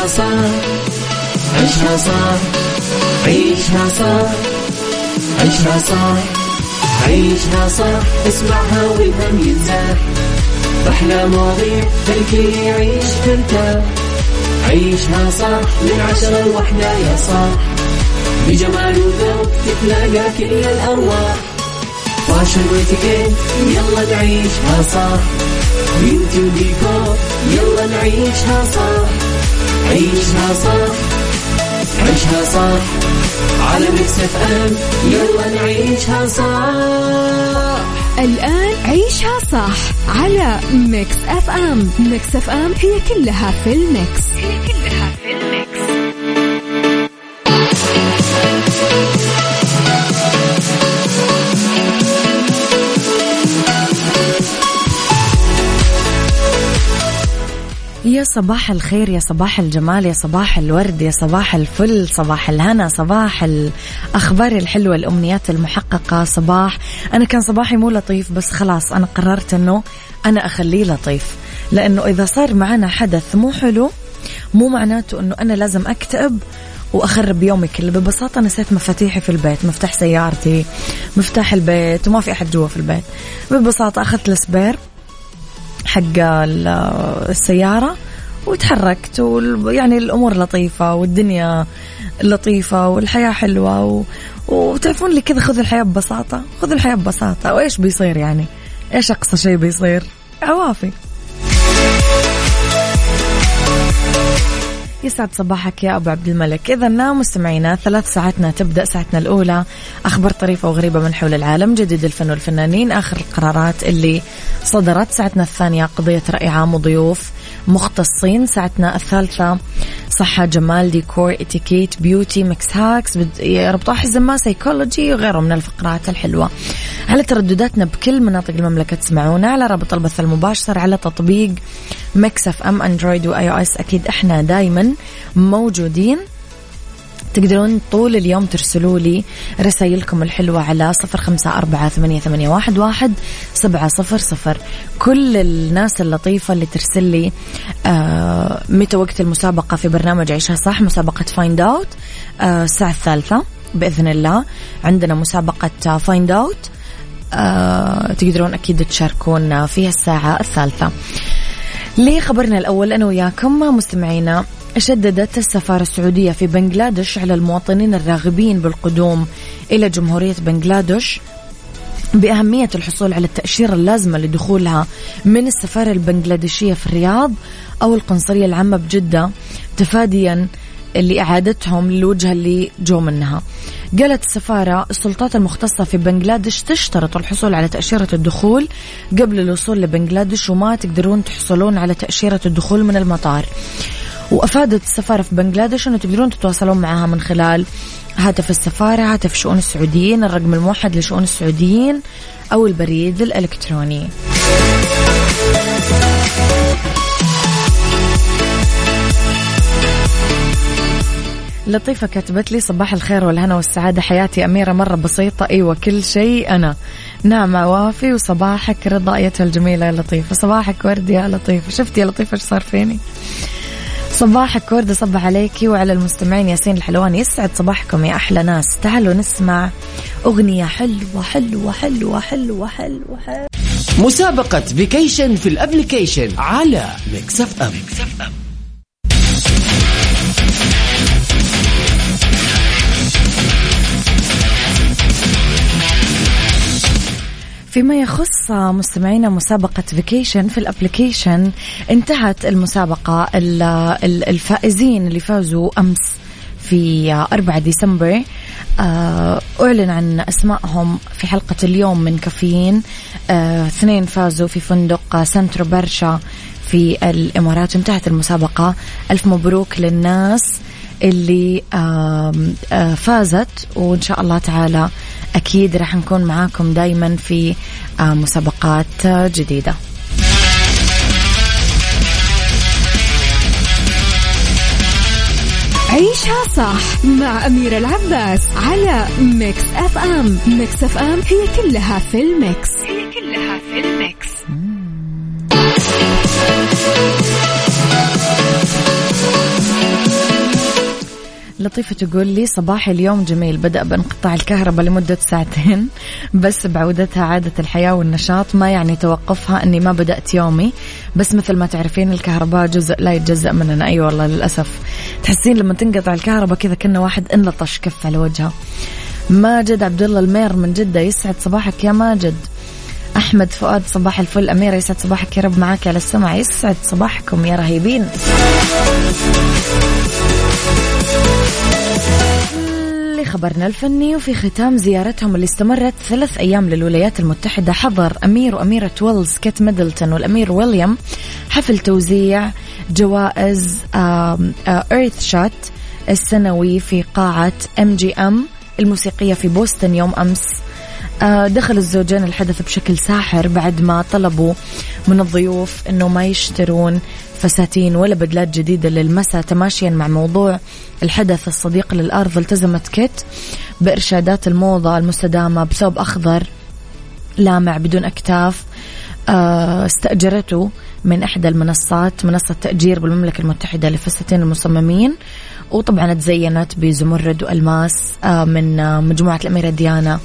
عيشها صح عيشها صح عيشها صح عيشها صح عيشها صح اسمعها والهم ينزاح أحلى مواضيع الكل يعيش ترتاح عيشها صح من 10 ل1 يا صاح بجمال وذوق تتلاقى كل الأرواح فاشل واتيكيت يلا نعيشها صح بيوتي وديكور يلا نعيشها صح عيشها صح عيشها صح على ميكس اف ام يلا نعيشها صح. الآن عيشها صح على ميكس اف ام. ميكس اف ام هي كلها في الميكس. يا صباح الخير، يا صباح الجمال، يا صباح الورد، يا صباح الفل، صباح الهنا، صباح الأخبار الحلوة، الأمنيات المحققة. صباح أنا كان صباحي مو لطيف بس خلاص أنا قررت أنه أنا أخليه لطيف، لأنه إذا صار معنا حدث مو حلو مو معناته أنه أنا لازم أكتئب وأخرب يومي كله. ببساطة نسيت مفاتيحي في البيت، مفتاح سيارتي، مفتاح البيت، وما في أحد جوا في البيت. ببساطة أخذت السبير حق السيارة وتحركت، يعني الأمور لطيفة والدنيا لطيفة والحياة حلوة وتعرفون لي كذا. خذ الحياة ببساطة، خذ الحياة ببساطة، وإيش بيصير يعني؟ إيش أقصى شيء بيصير؟ عوافي. يسعد صباحك يا أبو عبد الملك. إذا مستمعينا 3 ساعتنا تبدأ. ساعتنا الأولى أخبار طريفة وغريبة من حول العالم، جديد الفن والفنانين، آخر القرارات اللي صدرت. ساعتنا الثانية قضية رأي عام وضيوف مختصين. ساعتنا الثالثة صحة، جمال، ديكور، اتيكيت، بيوتي، ميكس هاكس، ربطاح الزمان، سيكولوجي وغيره من الفقرات الحلوة. على تردداتنا بكل مناطق المملكة تسمعونا على رابط البث المباشر على تطبيق ميكس اف ام اندرويد واي او اس. اكيد احنا دايما موجودين، تقدرون طول اليوم ترسلوا لي رسائلكم الحلوة على 0548811700. كل الناس اللطيفة اللي ترسل لي متى وقت المسابقة في برنامج عيشها صح، مسابقة فايند اوت الساعة 3 بإذن الله عندنا مسابقة فايند اوت، تقدرون أكيد تشاركون فيها الساعة 3. ليه خبرنا الأول أنا وياكم مستمعينا. شددت السفارة السعودية في بنغلاديش على المواطنين الراغبين بالقدوم إلى جمهورية بنغلاديش بأهمية الحصول على التأشيرة اللازمة لدخولها من السفارة البنغلاديشية في الرياض أو القنصلية العامة بجدة، تفاديا لإعادتهم للوجهة اللي جو منها. قالت السفارة السلطات المختصة في بنغلاديش تشترط الحصول على تأشيرة الدخول قبل الوصول لبنغلاديش، وما تقدرون تحصلون على تأشيرة الدخول من المطار. وأفادت السفارة في بنغلاديش أنه تقدرون تتواصلون معها من خلال هاتف السفارة، هاتف شؤون السعوديين، الرقم الموحد لشؤون السعوديين، أو البريد الإلكتروني. لطيفة كاتبت لي صباح الخير والهنا والسعادة، حياتي أميرة مرة بسيطة، أيوة كل شيء أنا. نعم عوافي، وصباحك رضا أيتها الجميلة يا لطيفة، صباحك ورد يا لطيفة. شفتي يا لطيفة ايش صار فيني؟ صباحك ورد، صبح عليكي وعلى المستمعين. ياسين الحلواني، يسعد صباحكم يا أحلى ناس. تعالوا نسمع أغنية حلوة حلوة حلوة حلوة حلوة حلوة. مسابقة فيكيشن في الابليكيشن على ميكس اف ام. فيما يخص مستمعينا مسابقة فيكيشن في الابليكيشن، انتهت المسابقة. الفائزين اللي فازوا أمس في 4 ديسمبر أعلن عن أسمائهم في حلقة اليوم من كافيين. 2 فازوا في فندق سنترو برشا في الإمارات. انتهت المسابقة، ألف مبروك للناس اللي فازت، وإن شاء الله تعالى أكيد راح نكون معاكم دايما في مسابقات جديدة. عيشها صح مع أميرة العباس على ميكس اف ام. ميكس اف ام هي كلها في الميكس، هي كلها في الميكس. لطيفة تقول لي صباحي اليوم جميل، بدأ بانقطاع الكهرباء لمدة 2 ساعة بس بعودتها عادة الحياة والنشاط، ما يعني توقفها أني ما بدأت يومي، بس مثل ما تعرفين الكهرباء جزء لا يتجزأ مننا. أي والله للأسف تحسين لما تنقطع الكهرباء كذا كنا واحد انلطش كف على وجهه. ماجد عبد الله المير من جدة، يسعد صباحك يا ماجد. أحمد فؤاد صباح الفل. أميرة يسعد صباحك يا رب، معاك على السمع. يسعد صباحكم يا رهيبين. خبرنا الفني، وفي ختام زيارتهم اللي استمرت 3 أيام للولايات المتحدة، حضر أمير وأميرة ويلز كيت ميدلتون والأمير ويليام حفل توزيع جوائز إيرث شوت السنوي في قاعة MGM الموسيقية في بوسطن يوم أمس. دخل الزوجين الحدث بشكل ساحر بعد ما طلبوا من الضيوف أنه ما يشترون فساتين ولا بدلات جديدة للمساء تماشيا مع موضوع الحدث الصديق للأرض. التزمت كيت بإرشادات الموضة المستدامة بثوب أخضر لامع بدون أكتاف استأجرته من إحدى المنصات، منصة تأجير بالمملكة المتحدة لفساتين المصممين، وطبعا تزينت بزمرد وألماس من مجموعة الأميرة ديانا.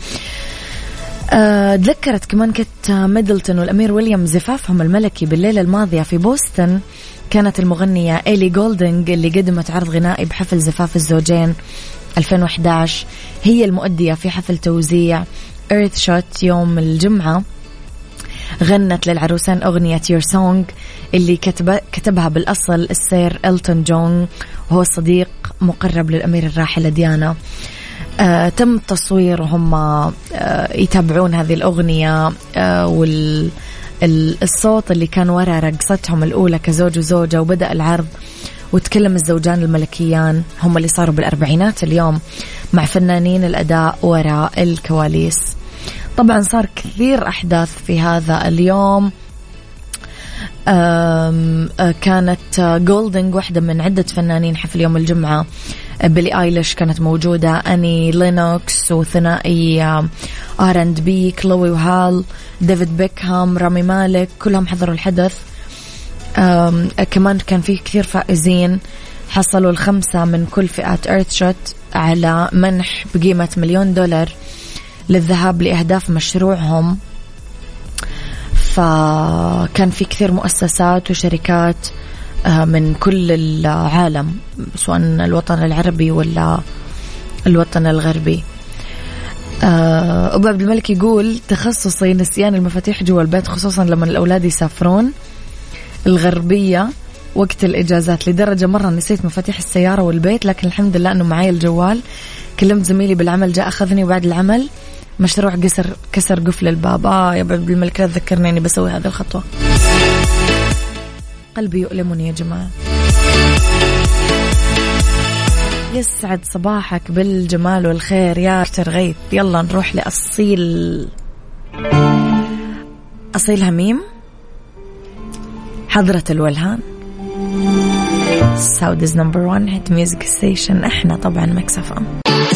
تذكرت كمان كيت ميدلتون والأمير ويليام زفافهم الملكي بالليلة الماضية في بوسطن. كانت المغنية إيلي جولدينغ اللي قدمت عرض غنائي بحفل زفاف الزوجين 2011 هي المؤدية في حفل توزيع إيرث شوت يوم الجمعة. غنت للعروسان أغنية Your Song اللي كتبها بالأصل السير إلتون جون، وهو صديق مقرب للأمير الراحلة ديانا. تم التصوير وهم يتابعون هذه الأغنية، والصوت اللي كان وراء رقصتهم الأولى كزوج وزوجة. وبدأ العرض وتكلم الزوجان الملكيان هم اللي صاروا بالأربعينات اليوم مع فنانين الأداء وراء الكواليس. طبعا صار كثير أحداث في هذا اليوم. كانت جولدينغ واحدة من عدة فنانين حفل يوم الجمعة. بيلي آيليش كانت موجودة، أني لينوكس وثنائي R&B كلوي وهال، ديفيد بيكهام، رامي مالك، كلهم حضروا الحدث. كمان كان فيه كثير فائزين، حصلوا 5 من كل فئات إيرث شوت على منح بقيمة $1 مليون للذهاب لأهداف مشروعهم. فكان في كثير مؤسسات وشركات من كل العالم، سواء الوطن العربي ولا الوطن الغربي. أبو عبد الملك يقول تخصصي نسيان المفاتيح جوا البيت، خصوصا لما الأولاد يسافرون الغربية وقت الإجازات، لدرجة مرة نسيت مفاتيح السيارة والبيت، لكن الحمد لله أنه معي الجوال. كلمت زميلي بالعمل جاء أخذني، وبعد العمل مشروع كسر قفل الباب. يا أبو عبد الملك لا تذكرني أني بسوي هذه الخطوة، قلبي يؤلمني يا جماعة. يسعد صباحك بالجمال والخير يا ترغيث. يلا نروح لأصيل هميم، حضرة الولهان، سعوديز نمبر 1 هيت ميوزك ستيشن. احنا طبعا ميكس اف ام.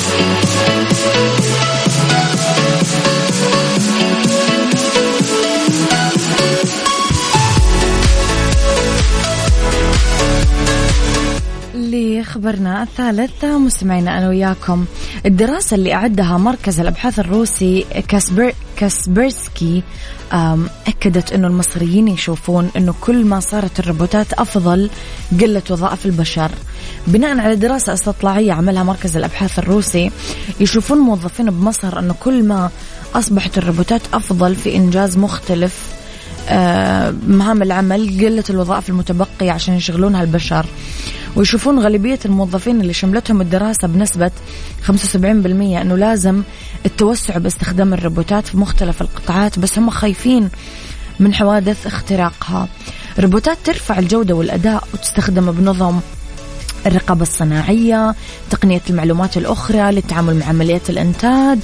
خبرنا الثالث مستمعينا أنا وياكم. الدراسة اللي أعدها مركز الأبحاث الروسي كاسبرسكي أكدت أنه المصريين يشوفون أنه كل ما صارت الروبوتات أفضل قلت وظائف البشر. بناء على دراسة استطلاعية عملها مركز الأبحاث الروسي، يشوفون موظفين بمصر أنه كل ما أصبحت الروبوتات أفضل في إنجاز مختلف مهام العمل قلت الوظائف المتبقية عشان يشغلونها البشر. ويشوفون غالبية الموظفين اللي شملتهم الدراسة بنسبة 75% أنه لازم التوسع باستخدام الروبوتات في مختلف القطاعات، بس هم خايفين من حوادث اختراقها. الروبوتات ترفع الجودة والأداء وتستخدم بنظم الرقابة الصناعية، تقنية المعلومات الأخرى للتعامل مع عمليات الإنتاج،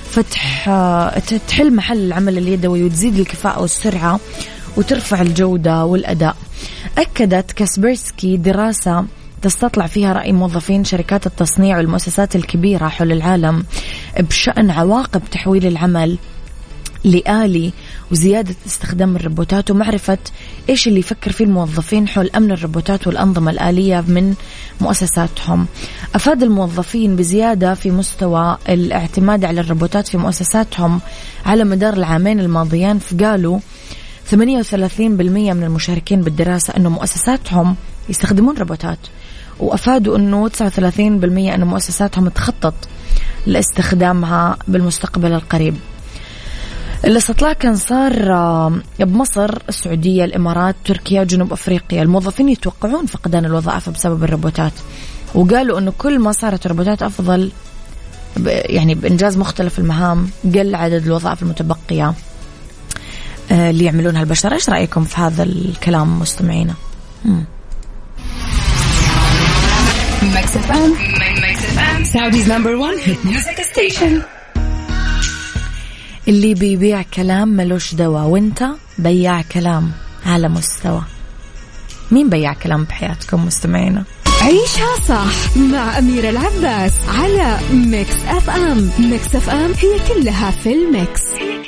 تحل محل العمل اليدوي وتزيد الكفاءة والسرعة وترفع الجودة والأداء. أكدت كاسبرسكي دراسة تستطلع فيها رأي موظفين شركات التصنيع والمؤسسات الكبيرة حول العالم بشأن عواقب تحويل العمل لآلي وزيادة استخدام الروبوتات ومعرفة إيش اللي يفكر فيه الموظفين حول أمن الروبوتات والأنظمة الآلية من مؤسساتهم. أفاد الموظفين بزيادة في مستوى الاعتماد على الروبوتات في مؤسساتهم على مدار العامين الماضيين. فقالوا 38% من المشاركين بالدراسة أنه مؤسساتهم يستخدمون روبوتات، وأفادوا أنه 39% أن مؤسساتهم تخطط لاستخدامها بالمستقبل القريب. الاستطلاع كان صار بمصر، السعودية، الإمارات، تركيا وجنوب أفريقيا. الموظفين يتوقعون فقدان الوظائف بسبب الروبوتات، وقالوا أنه كل ما صارت الروبوتات أفضل يعني بإنجاز مختلف المهام قل عدد الوظائف المتبقية اللي يعملونها البشر. إيش رأيكم في هذا الكلام مستمعينا؟ Mix FM, Saudi's number one hit music station. اللي بيبيع كلام ملوش دوا، وانت بياع كلام على مستوى. مين بياع كلام بحياتكم مستمعينا؟ عيشها صح مع أميرة العباس على ميكس اف ام. ميكس اف ام هي كلها في الميكس.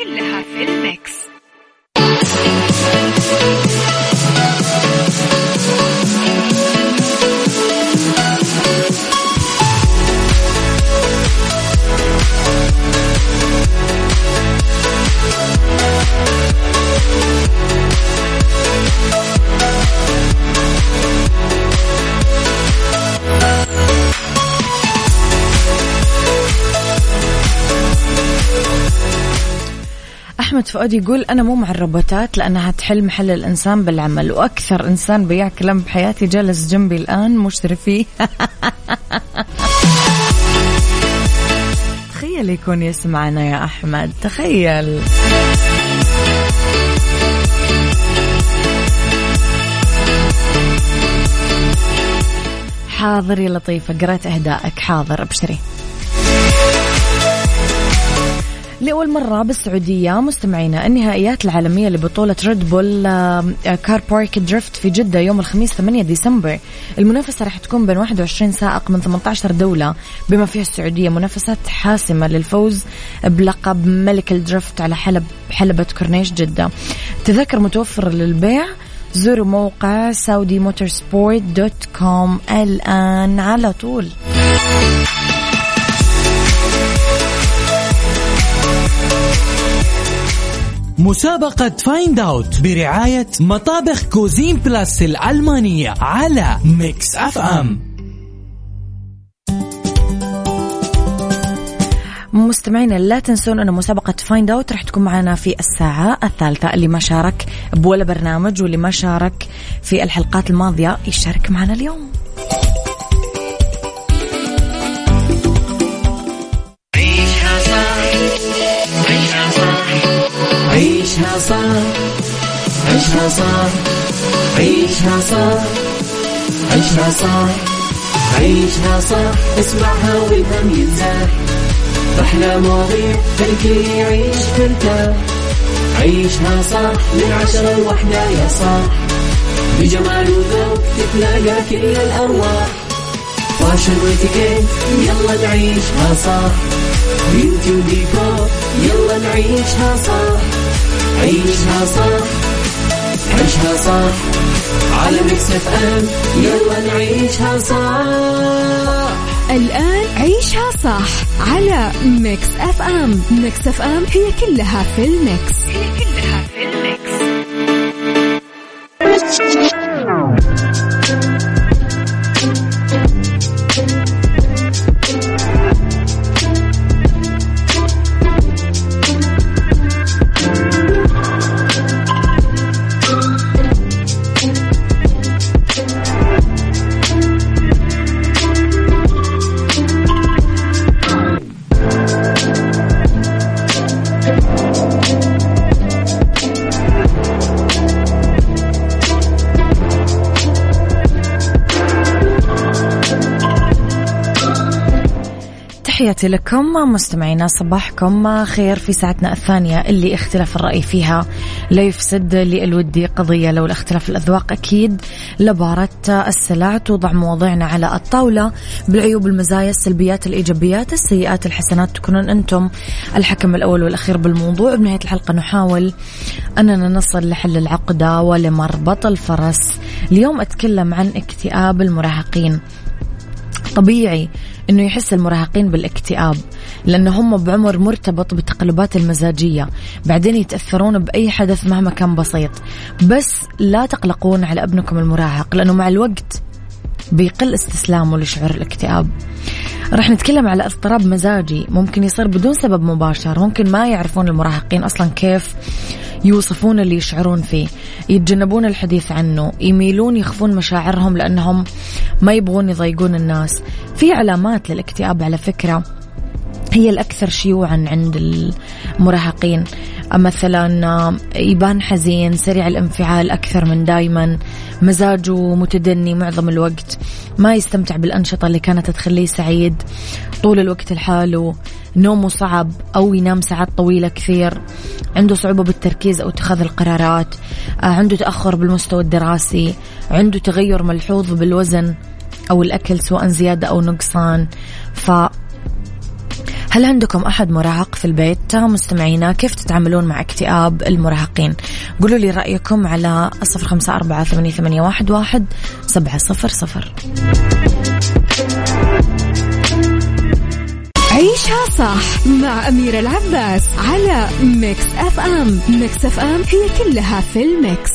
أحمد فؤاد يقول أنا مو مع الروبوتات لأنها تحل محل الإنسان بالعمل، وأكثر إنسان بيع كلام بحياتي جالس جنبي الآن مشتري فيه. تخيل يكون يسمعنا يا أحمد، تخيل. حاضر يا لطيفة، قرأت أهدائك، حاضر أبشري. لأول مرة بالسعودية مستمعينا النهائيات العالمية لبطولة ريد بول كار بارك دريفت في جدة يوم الخميس 8 ديسمبر. المنافسة راح تكون بين 21 سائق من 18 دولة بما فيها السعودية. منافسات حاسمة للفوز بلقب ملك الدريفت على حلبة كورنيش جدة. تذاكر متوفرة للبيع، زوروا موقع saudimotorsport.com الآن على طول. مسابقة فايند اوت برعاية مطابخ كوزين بلاس الألمانية على ميكس اف ام. مستمعينا لا تنسون أن مسابقة فايند اوت رح تكون معنا في الساعة الثالثة. اللي ما شارك بولا برنامج واللي ما شارك في الحلقات الماضية يشارك معنا اليوم. عيشها صح، عيشها صح، عيشها صح، عيشها صح، عيشها صح، عيشها صح، اسمعها والهم ينزاح، أحلى مواضيع خليك يعيش مرتاح. عيشها صح من 10 ل1 يا صاح، بجمال وذوق تتلاقى كل الأرواح. فاشل واتيكيت يلا نعيشها صح، بيوتي وديكور يلا نعيشها صح. عيشها صح، عيشها صح، على ميكس اف ام يلا نعيشها صح. الآن عيشها صح على ميكس اف ام. ميكس اف ام هي كلها في الميكس. تحياتي لكم مستمعينا، صباحكم خير في ساعتنا الثانية اللي اختلاف الرأي فيها لا يفسد للودي قضية. لو الاختلاف الأذواق أكيد لبارة السلع. توضع مواضيعنا على الطاولة بالعيوب المزايا السلبيات الإيجابيات السيئات الحسنات، تكونون أنتم الحكم الأول والأخير بالموضوع. بنهاية الحلقة نحاول أننا نصل لحل العقدة ولمربط الفرس. اليوم أتكلم عن اكتئاب المراهقين. طبيعي إنه يحس المراهقين بالاكتئاب لأنه هم بعمر مرتبط بالتقلبات المزاجية، بعدين يتأثرون بأي حدث مهما كان بسيط. بس لا تقلقون على ابنكم المراهق لأنه مع الوقت بيقل استسلامه لشعور الاكتئاب. رح نتكلم على اضطراب مزاجي ممكن يصير بدون سبب مباشر، ممكن ما يعرفون المراهقين أصلا كيف يوصفون اللي يشعرون فيه، يتجنبون الحديث عنه، يميلون يخفون مشاعرهم لأنهم ما يبغون يضايقون الناس. في علامات للاكتئاب على فكرة هي الأكثر شيوعا عند المراهقين، مثلا يبان حزين، سريع الانفعال أكثر من دايما، مزاجه متدني معظم الوقت، ما يستمتع بالأنشطة اللي كانت تخليه سعيد، طول الوقت لحاله، نومه صعب أو ينام ساعات طويلة كثير، عنده صعوبة بالتركيز أو اتخاذ القرارات، عنده تأخر بالمستوى الدراسي، عنده تغير ملحوظ بالوزن أو الأكل سواء زيادة أو نقصان. هل عندكم أحد مراهق في البيت؟ مستمعينا كيف تتعاملون مع اكتئاب المراهقين؟ قولوا لي رأيكم على 0548811700. عيشها صح مع أميرة العباس على ميكس أف أم. ميكس أف أم هي كلها في الميكس.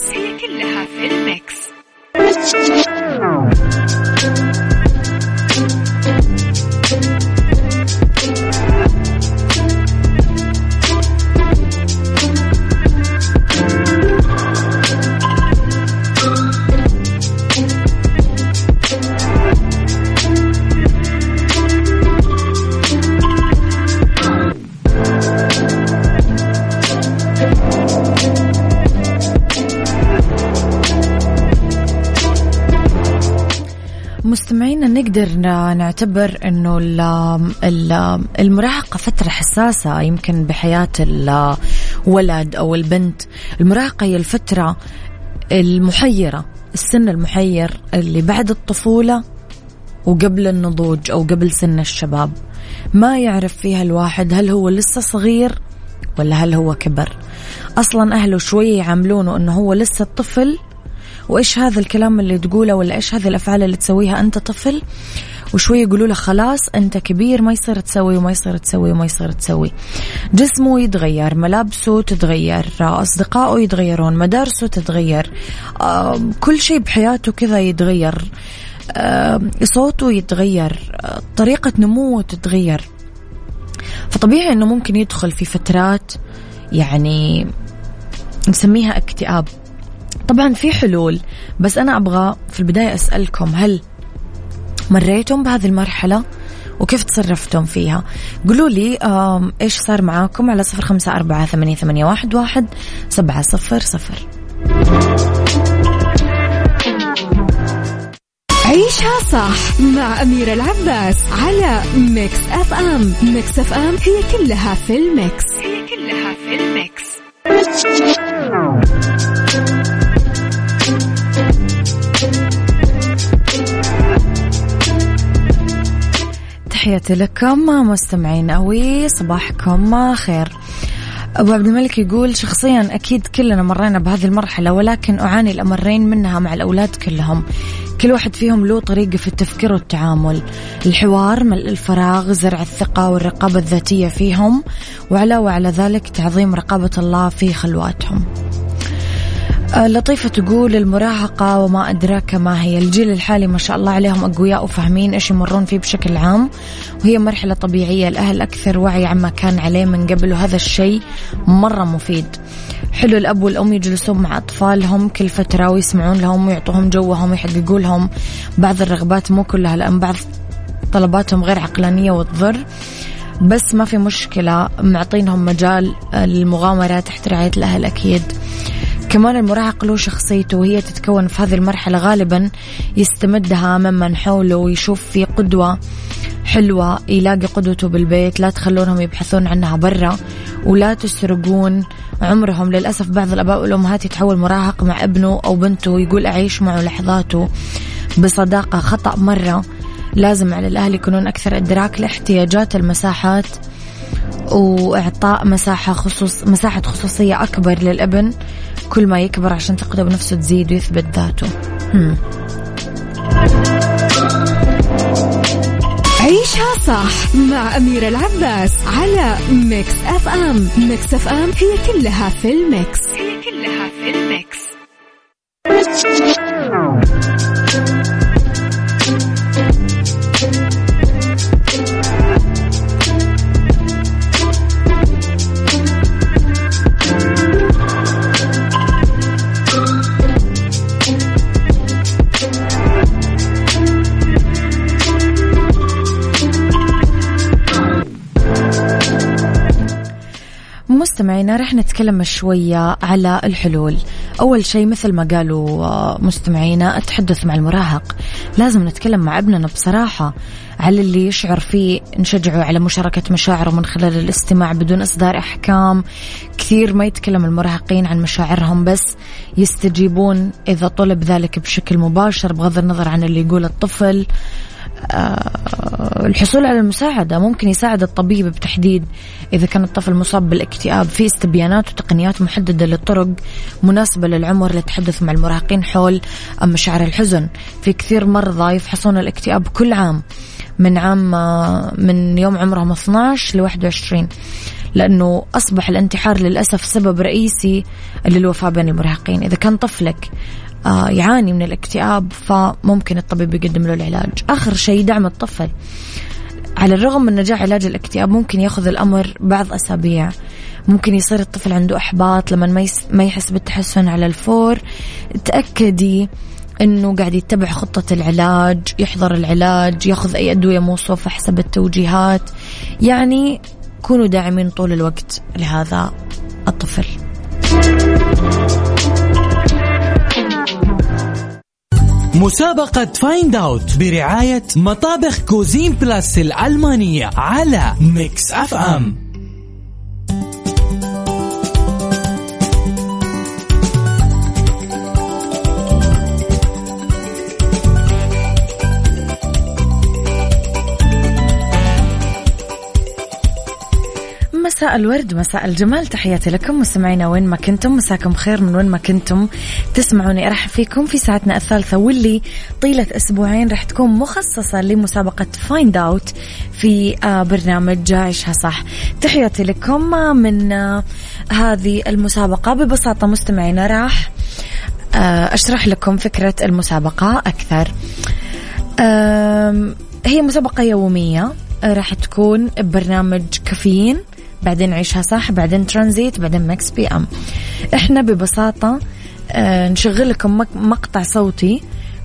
مستمعينا نقدر نعتبر أنه المراهقة فترة حساسة يمكن بحياة الولد أو البنت. المراهقة هي الفترة المحيرة، السن المحير اللي بعد الطفولة وقبل النضوج أو قبل سن الشباب. ما يعرف فيها الواحد هل هو لسه صغير ولا هل هو كبر. أصلا أهله شوية يعاملونه أنه هو لسه الطفل، وإيش هذا الكلام اللي تقوله ولا إيش هذه الأفعال اللي تسويها أنت طفل، وشوية يقولوا له خلاص أنت كبير ما يصير تسوي وما يصير تسوي وما يصير تسوي. جسمه يتغير، ملابسه تتغير، أصدقائه يتغيرون، مدارسه تتغير، كل شيء بحياته كذا يتغير، صوته يتغير، طريقة نموه تتغير. فطبيعي أنه ممكن يدخل في فترات يعني نسميها اكتئاب. طبعا في حلول، بس أنا أبغى في البداية أسألكم هل مريتم بهذه المرحلة وكيف تصرفتم فيها؟ قولوا لي إيش صار معاكم على 0548811700. عيشها صح مع أميرة العباس على ميكس أف أم. ميكس أف أم هي كلها في الميكس. تحياتي لكم مستمعين قوي، صباحكم خير. أبو عبد الملك يقول شخصيا أكيد كلنا مرينا بهذه المرحلة، ولكن أعاني الأمرين منها مع الأولاد كلهم. كل واحد فيهم له طريقة في التفكير والتعامل، الحوار، ملء الفراغ، زرع الثقة والرقابة الذاتية فيهم، وعلاوة على ذلك تعظيم رقابة الله في خلواتهم. لطيفة تقول المراهقة وما أدراك ما هي. الجيل الحالي ما شاء الله عليهم أقوياء وفاهمين إيش يمرون فيه بشكل عام، وهي مرحلة طبيعية. الأهل أكثر وعي عما كان عليه من قبل، وهذا الشيء مرة مفيد. حلو الأب والأم يجلسون مع أطفالهم كل فترة ويسمعون لهم ويعطوهم جوهم ويحققوا لهم بعض الرغبات، مو كلها لأن بعض طلباتهم غير عقلانية وتضر، بس ما في مشكلة معطينهم مجال للمغامرة تحت رعاية الأهل أكيد. كمان المراهق له شخصيته وهي تتكون في هذه المرحلة، غالبا يستمدها ممن حوله ويشوف في قدوة حلوة يلاقي قدوته بالبيت، لا تخلونهم يبحثون عنها برا، ولا تسرقون عمرهم. للأسف بعض الآباء والأمهات يتحول مراهق مع ابنه أو بنته، يقول أعيش معه لحظاته بصداقة. خطأ مرة. لازم على الأهل يكونون أكثر إدراك لاحتياجات المساحات، وإعطاء مساحة خصوصية أكبر للابن كل ما يكبر، عشان ثقته بنفسه تزيد ويثبت ذاته. عيشها صح مع أميرة العباس على ميكس أف أم. ميكس أف أم هي كلها في الميكس. مستمعينا رح نتكلم شوية على الحلول. أول شيء مثل ما قالوا مستمعينا، التحدث مع المراهق. لازم نتكلم مع ابننا بصراحة على اللي يشعر فيه، نشجعه على مشاركة مشاعره من خلال الاستماع بدون إصدار أحكام. كثير ما يتكلم المراهقين عن مشاعرهم، بس يستجيبون إذا طلب ذلك بشكل مباشر بغض النظر عن اللي يقول الطفل. الحصول على المساعدة، ممكن يساعد الطبيب بتحديد إذا كان الطفل مصاب بالاكتئاب. في استبيانات وتقنيات محددة للطرق مناسبة للعمر للتحدث مع المراهقين حول مشاعر الحزن. في كثير مرضى يفحصون الاكتئاب كل عام من يوم عمرهم 12 ل 21، لأنه أصبح الانتحار للأسف سبب رئيسي للوفاة بين المراهقين. إذا كان طفلك يعاني من الاكتئاب فممكن الطبيب يقدم له العلاج. آخر شيء دعم الطفل. على الرغم من نجاح علاج الاكتئاب ممكن يأخذ الأمر بعض أسابيع، ممكن يصير الطفل عنده إحباط لما ما يحس بالتحسن على الفور. تأكدي أنه قاعد يتبع خطة العلاج، يحضر العلاج، يأخذ أي أدوية موصوفة حسب التوجيهات. يعني كونوا داعمين طول الوقت لهذا الطفل. مسابقة فايند اوت برعاية مطابخ كوزين بلاس الألمانية على ميكس أف أم. مساء الورد، مساء الجمال، تحياتي لكم مستمعينا وين ما كنتم. مساكم خير من وين ما كنتم تسمعوني. أرحب فيكم في ساعتنا الثالثة، واللي طيلة أسبوعين رح تكون مخصصة لمسابقة فايند اوت في برنامج عيشها صح. تحياتي لكم من هذه المسابقة. ببساطة مستمعينا راح أشرح لكم فكرة المسابقة أكثر. هي مسابقة يومية راح تكون ببرنامج كافيين، بعدين عيشها صح، بعدين ترانزيت، بعدين مكس بي ام. احنا ببساطة نشغل لكم مقطع صوتي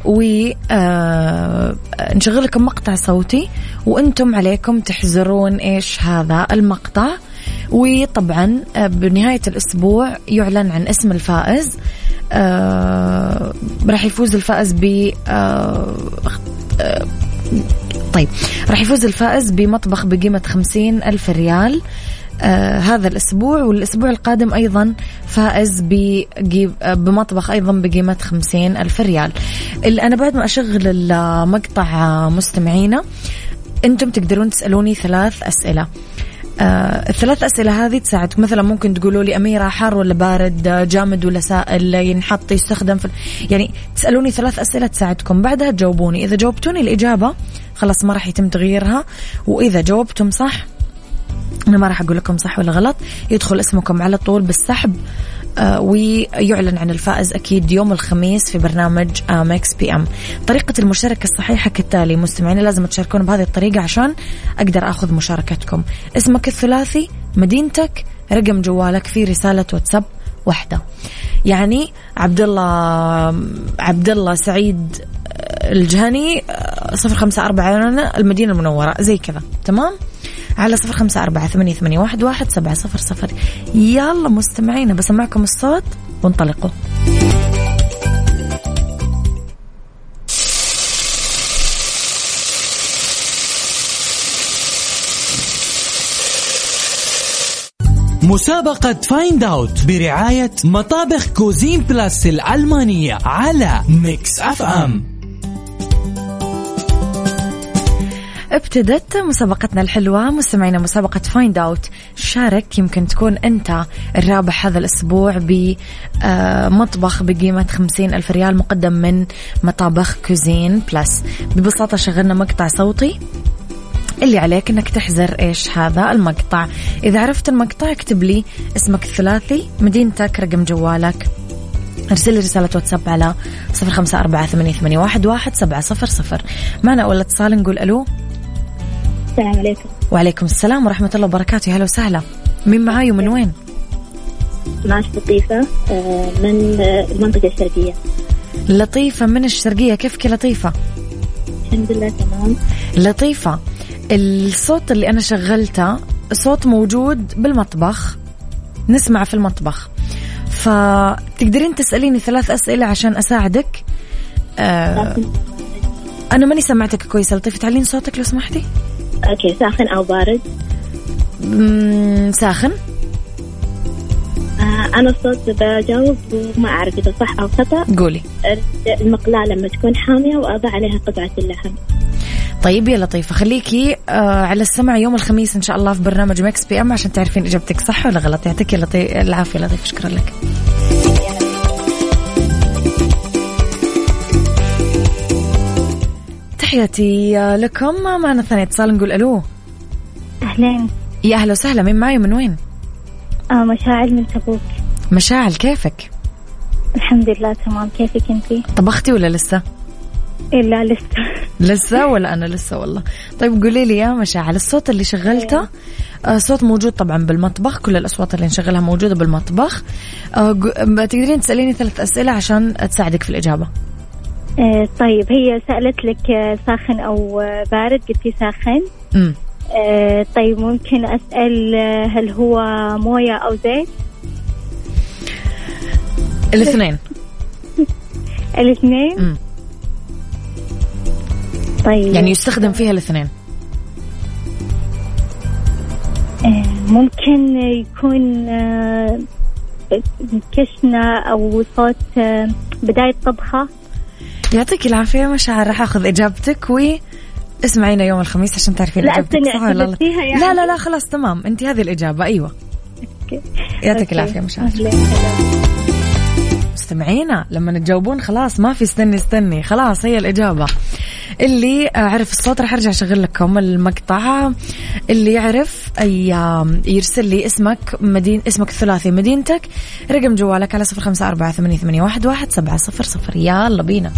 نشغل لكم مقطع صوتي وانتم عليكم تحزرون ايش هذا المقطع. وطبعا بنهاية الاسبوع يعلن عن اسم الفائز. راح يفوز الفائز طيب راح يفوز الفائز بمطبخ بقيمة 50,000 ريال هذا الأسبوع، والأسبوع القادم أيضا فائز بمطبخ أيضا بقيمة 50,000 ريال. أنا بعد ما أشغل المقطع مستمعينا أنتم تقدرون تسألوني 3 أسئلة. الثلاث أسئلة هذه تساعدكم. مثلا ممكن تقولوا لي أميرة حار ولا بارد، جامد ولا سائل، ينحط يستخدم يعني تسألوني 3 أسئلة تساعدكم. بعدها تجاوبوني. إذا جاوبتوني الإجابة خلاص ما راح يتم تغييرها، وإذا جاوبتم صح أنا ما راح أقول لكم صح ولا غلط، يدخل اسمكم على طول بالسحب. ويعلن عن الفائز أكيد يوم الخميس في برنامج ميكس بي أم. طريقة المشاركة الصحيحة كالتالي مستمعين، لازم تشاركون بهذه الطريقة عشان أقدر أخذ مشاركتكم. اسمك الثلاثي، مدينتك، رقم جوالك، في رسالة واتساب واحدة. يعني عبد الله سعيد الجهني 054 المدينة المنورة، زي كذا تمام، على 0548811700. يلا مستمعينا بسمعكم الصوت وانطلقوا. مسابقة فايند اوت برعاية مطابخ كوزين بلاس الألمانية على ميكس اف ام. ابتدت مسابقتنا الحلوة مستمعينا، مسابقة فايند اوت. شارك، يمكن تكون أنت الرابح هذا الأسبوع بمطبخ بقيمة 50,000 ريال مقدم من مطابخ كوزين بلاس. ببساطة شغلنا مقطع صوتي، اللي عليك انك تحذر ايش هذا المقطع. اذا عرفت المقطع اكتب لي اسمك الثلاثي، مدينتك، رقم جوالك، ارسل لي رسالة واتساب على 0548811700. معنا أول اتصال، نقول ألو. السلام عليكم. وعليكم السلام ورحمة الله وبركاته. هلا وسهلا، مين معاي ومن وين؟ معك لطيفة من المنطقة الشرقية. لطيفة من الشرقية، كيفك لطيفة؟ الحمد لله تمام. لطيفة، الصوت اللي أنا شغلته صوت موجود بالمطبخ، نسمع في المطبخ، فتقدرين تسأليني 3 أسئلة عشان أساعدك. أنا ماني سمعتك كويس لطيفة، تعلين صوتك لو سمحتي. أوكي، ساخن أو بارد؟ ساخن. أنا الصوت بجاوب وما أعرف إذا صح أو خطأ. قولي. المقلاة لما تكون حامية وأضع عليها قطعة اللحم. طيب يا لطيفة، خليكي على السمع يوم الخميس إن شاء الله في برنامج ميكس بي أم عشان تعرفين إجابتك صح ولا غلط. يعطيك العافية لطيفة، شكرا لك. تحياتي لكم. معنا ثاني اتصال، نقول ألو. أهلين. يا أهلا وسهلا، مين معي ومن وين؟ مشاعل من تبوك. مشاعل، كيفك؟ الحمد لله تمام، كيفك أنتي؟ طبختي ولا لسه؟ لا لسه. لسه ولا أنا لسه والله. طيب قولي لي يا مشاعل، الصوت اللي شغلته صوت موجود طبعا بالمطبخ، كل الأصوات اللي نشغلها موجودة بالمطبخ. تقدرين تسأليني 3 أسئلة عشان تساعدك في الإجابة. طيب، هي سألت لك ساخن أو بارد، قلتي ساخن. طيب ممكن أسأل هل هو موية أو زيت؟ الاثنين. الاثنين. طيب يعني يستخدم فيها الاثنين. ممكن يكون كشنة أو صوت بداية طبخة. يعطيك العافية مشاعر، راح أخذ إجابتك واسمعينا يوم الخميس عشان تعرفين إجابتك صح ولا لا. يعني. لا خلاص تمام، أنت هذه الإجابة. أيوة. يعطيك العافية مشاعر. مستمعينا لما تجاوبون خلاص ما في استني خلاص هي الإجابة. اللي عرف الصوت راح أرجع أشغل لكم المقطع. اللي يعرف يرسل لي اسمك الثلاثي، مدينتك، رقم جوالك على 0548811700. يلا بينا.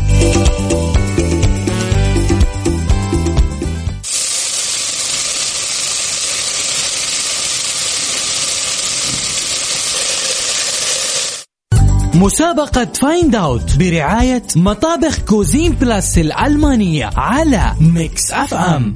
مسابقة فايند اوت برعاية مطابخ كوزين بلاس الألمانية على ميكس اف ام.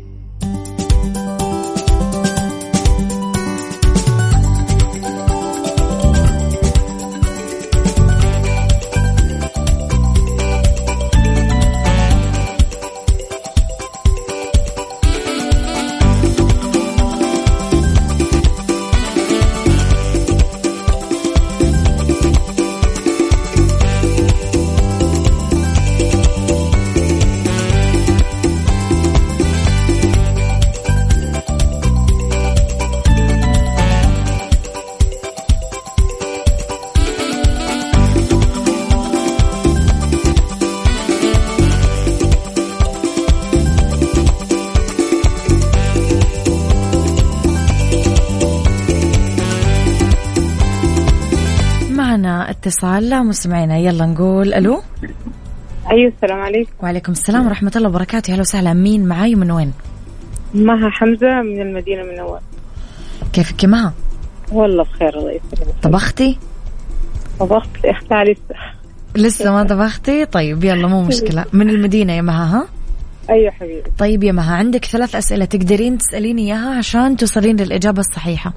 اتصال مستمعينا، يلا نقول ألو. أيوة السلام عليكم. وعليكم السلام ورحمة الله وبركاته. هلا وسهلا، مين معاي ومن وين؟ مها حمزة من المدينة المنورة. كيفك يا مها؟ والله بخير الله يسلمك. طبختي؟ طبخت إختها لسه ما طبختي؟ طيب يلا مو مشكلة. من المدينة يا مها ها؟ أيوة حبيبي. طيب يا مها، عندك 3 أسئلة تقدرين تسأليني إياها عشان توصلين للإجابة الصحيحة.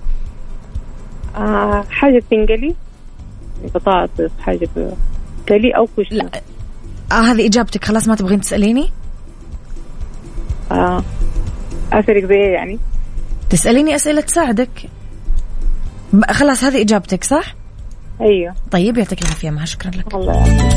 حاجة تنقلي، بطاطس، حاجة تقلي أو كشري. لا هذه إجابتك خلاص، ما تبغين تسأليني؟ أسألك زي يعني؟ تسأليني أسئلة تساعدك. خلاص هذه إجابتك صح؟ أيوه. طيب يعطيك العافية مها، شكرا لك. الله يعافيك.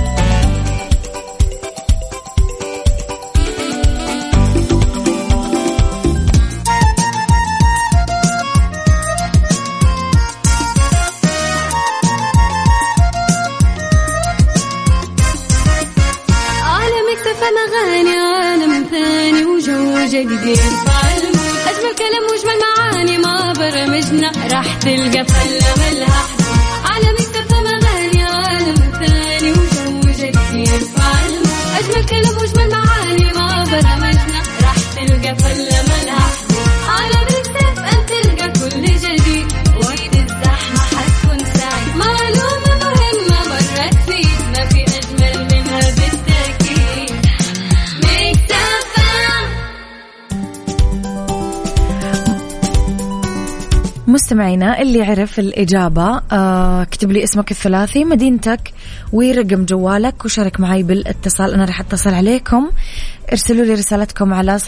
جديد أجمل كلام وجمل معاني ما برمجنا راح تلقى فلة ملها على مكتب مغاني عالم ثاني وجو جديد أجمل كلام وجمل معاني ما برمجنا راح تلقى فلة ملها على مكتب أن تلقى كل جديد وقت الزحمة حتكون سعيد معلومة مهمة مرة تفيد ما في أجمل منها بالتأكيد. مستمعينا اللي عرف الإجابة اكتب لي اسمك الثلاثي، مدينتك ورقم جوالك وشارك معي بالاتصال. أنا رح أتصل عليكم، ارسلوا لي رسالتكم على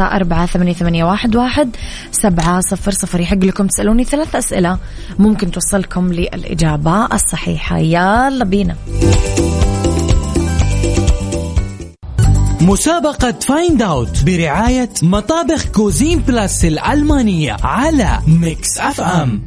0548811700. يحق لكم تسألوني 3 أسئلة ممكن توصلكم للإجابة الصحيحة. يلا بينا. مسابقة فايند اوت برعاية مطابخ كوزين بلاس الألمانية على ميكس اف ام.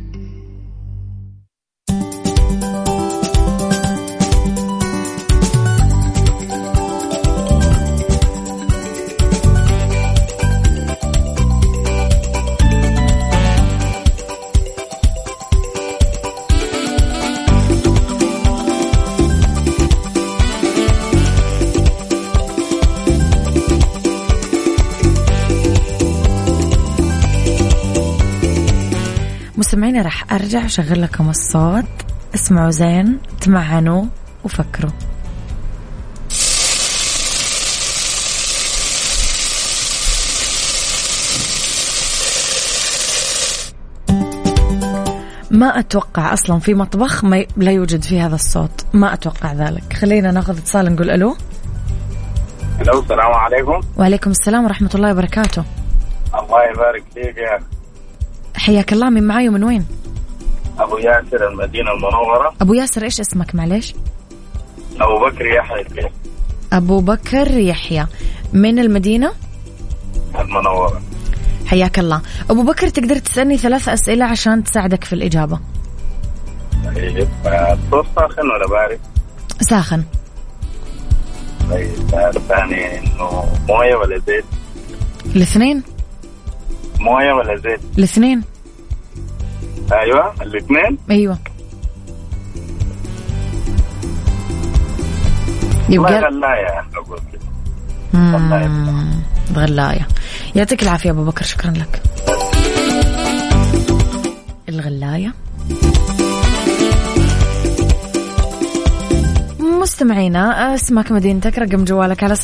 مستمعين رح أرجع أشغل لكم الصوت، اسمعوا زين، تمعنوا وفكروا. ما أتوقع أصلا في مطبخ لا يوجد فيه هذا الصوت، ما أتوقع ذلك. خلينا ناخذ اتصال نقول ألو. ألو السلام عليكم. وعليكم السلام ورحمة الله وبركاته. الله يبارك فيك يا أخي. حياك الله، من معاي ومن وين؟ أبو ياسر المدينة المنورة. أبو ياسر إيش اسمك معليش؟ أبو بكر يحيى. أبو بكر يحيى من المدينة المنورة. حياك الله أبو بكر. تقدر تسألني 3 أسئلة عشان تساعدك في الإجابة. طيب الصوت ساخن ولا بارد؟ ساخن. طيب الثاني إنه موية ولا زيت؟ الاثنين. موية ولا زيت؟ الاثنين. أيوة الاثنين. أيوة. يبقى غلاية أقول كده. غلاية. يعطيك العافية أبو بكر، شكرا لك. الغلاية. مستمعينا اسمك، مدينتك، رقم جوالك على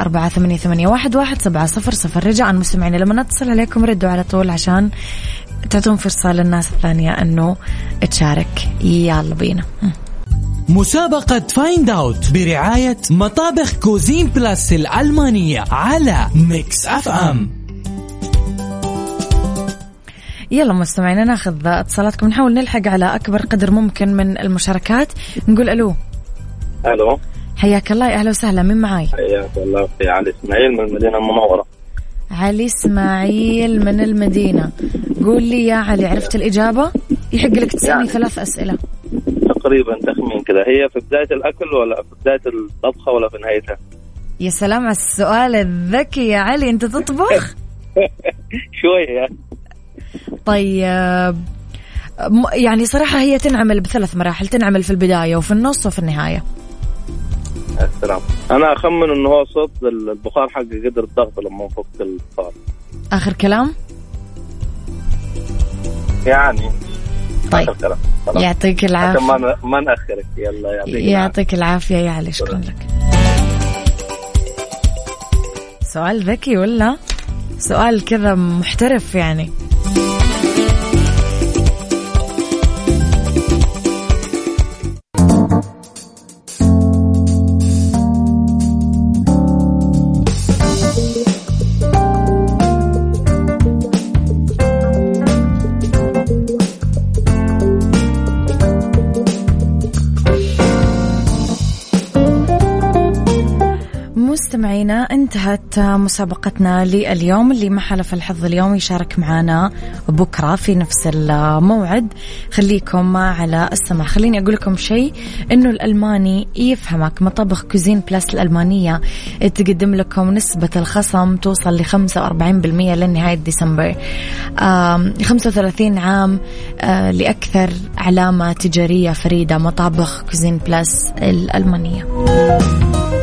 0548811700. رجاء مستمعينا لما نتصل عليكم ردوا على طول عشان تعطون فرصة للناس الثانية أنه تشارك. يلا بينا. مسابقة فايند اوت برعاية مطابخ كوزين بلاس الألمانية على ميكس اف ام. يلا مستمعينا ناخذ اتصالاتكم، نحاول نلحق على أكبر قدر ممكن من المشاركات. نقول ألو. ألو حياك الله، أهلا وسهلا، مين معاي؟ حياك الله، في علي إسماعيل من المدينة المنورة. علي إسماعيل من المدينة. قول لي يا علي، عرفت الإجابة؟ يحق لك تسألني 3 أسئلة تقريبا تخمين كذا. هي في بداية الأكل ولا في بداية الطبخة ولا في نهايتها؟ يا سلام على السؤال الذكي يا علي، أنت تطبخ؟ شوية. طيب يعني صراحة هي تنعمل ب3 مراحل، تنعمل في البداية وفي النص وفي النهاية. السلام. أنا أخمن إنه هو صوت البخار حق قدر الضغط لما نفك البخار. آخر كلام؟ يعني طيب يعطيك العافية. ما نأخرك. يلا يعطيك العافية يا علي، شكرا لك. سؤال ذكي ولا سؤال كذا محترف يعني؟ مستمعينا انتهت مسابقتنا لليوم. اللي ما حلف الحظ اليوم يشارك معنا بكرة في نفس الموعد. خليكم على السمع. خليني أقول لكم شيء، إنه الألماني يفهمك مطابخ كوزين بلاس الألمانية تقدم لكم نسبة الخصم توصل ل 45% لنهاية ديسمبر. 35 عام لأكثر علامة تجارية فريدة، مطابخ كوزين بلاس الألمانية.